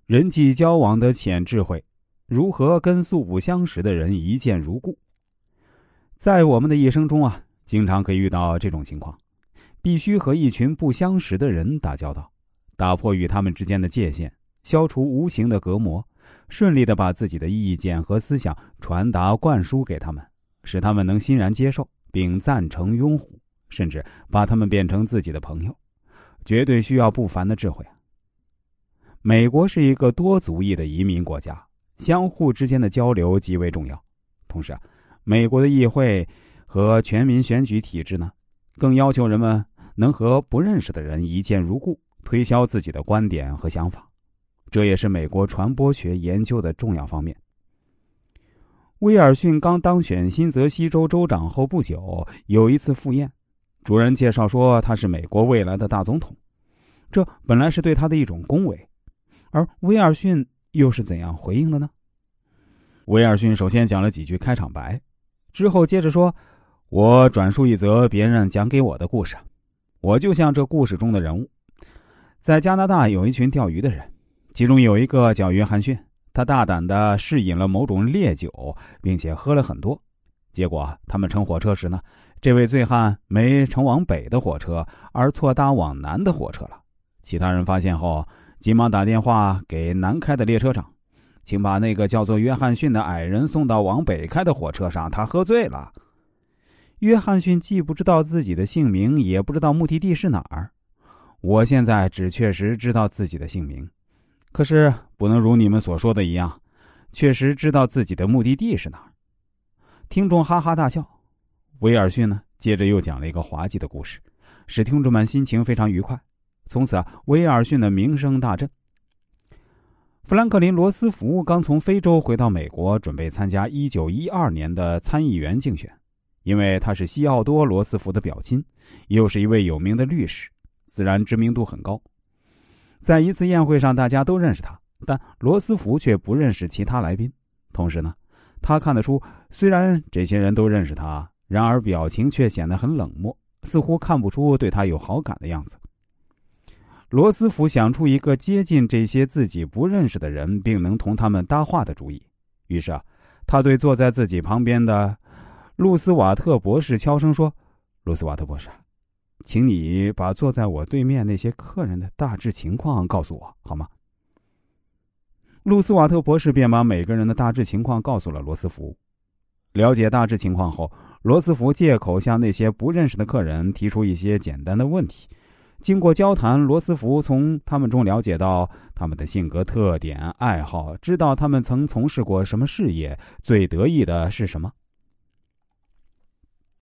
人际交往的浅智慧，如何跟素不相识的人一见如故。在我们的一生中啊，经常可以遇到这种情况，必须和一群不相识的人打交道，打破与他们之间的界限，消除无形的隔膜，顺利地把自己的意见和思想传达灌输给他们，使他们能欣然接受并赞成拥护，甚至把他们变成自己的朋友，绝对需要不凡的智慧啊。美国是一个多族裔的移民国家，相互之间的交流极为重要。同时啊，美国的议会和全民选举体制呢，更要求人们能和不认识的人一见如故，推销自己的观点和想法。这也是美国传播学研究的重要方面。威尔逊刚当选新泽西州州长后不久，有一次赴宴，主人介绍说他是美国未来的大总统，这本来是对他的一种恭维。而威尔逊又是怎样回应的呢？威尔逊首先讲了几句开场白，之后接着说，我转述一则别人讲给我的故事，我就像这故事中的人物。在加拿大有一群钓鱼的人，其中有一个叫约翰逊，他大胆地试饮了某种烈酒，并且喝了很多。结果他们乘火车时呢，这位醉汉没乘往北的火车，而错搭往南的火车了。其他人发现后，急忙打电话给南开的列车长，请把那个叫做约翰逊的矮人送到往北开的火车上，他喝醉了。约翰逊既不知道自己的姓名，也不知道目的地是哪儿。我现在只确实知道自己的姓名，可是不能如你们所说的一样，确实知道自己的目的地是哪儿。听众哈哈大笑。威尔逊呢，接着又讲了一个滑稽的故事，使听众们心情非常愉快。从此威尔逊的名声大振。富兰克林·罗斯福刚从非洲回到美国，准备参加1912年的参议员竞选。因为他是西奥多·罗斯福的表亲，又是一位有名的律师，自然知名度很高。在一次宴会上，大家都认识他，但罗斯福却不认识其他来宾。同时呢，他看得出，虽然这些人都认识他，然而表情却显得很冷漠，似乎看不出对他有好感的样子。罗斯福想出一个接近这些自己不认识的人，并能同他们搭话的主意。于是他对坐在自己旁边的路斯瓦特博士悄声说，路斯瓦特博士，请你把坐在我对面那些客人的大致情况告诉我，好吗？路斯瓦特博士便把每个人的大致情况告诉了罗斯福。了解大致情况后，罗斯福借口向那些不认识的客人提出一些简单的问题。经过交谈，罗斯福从他们中了解到他们的性格特点、爱好，知道他们曾从事过什么事业，最得意的是什么。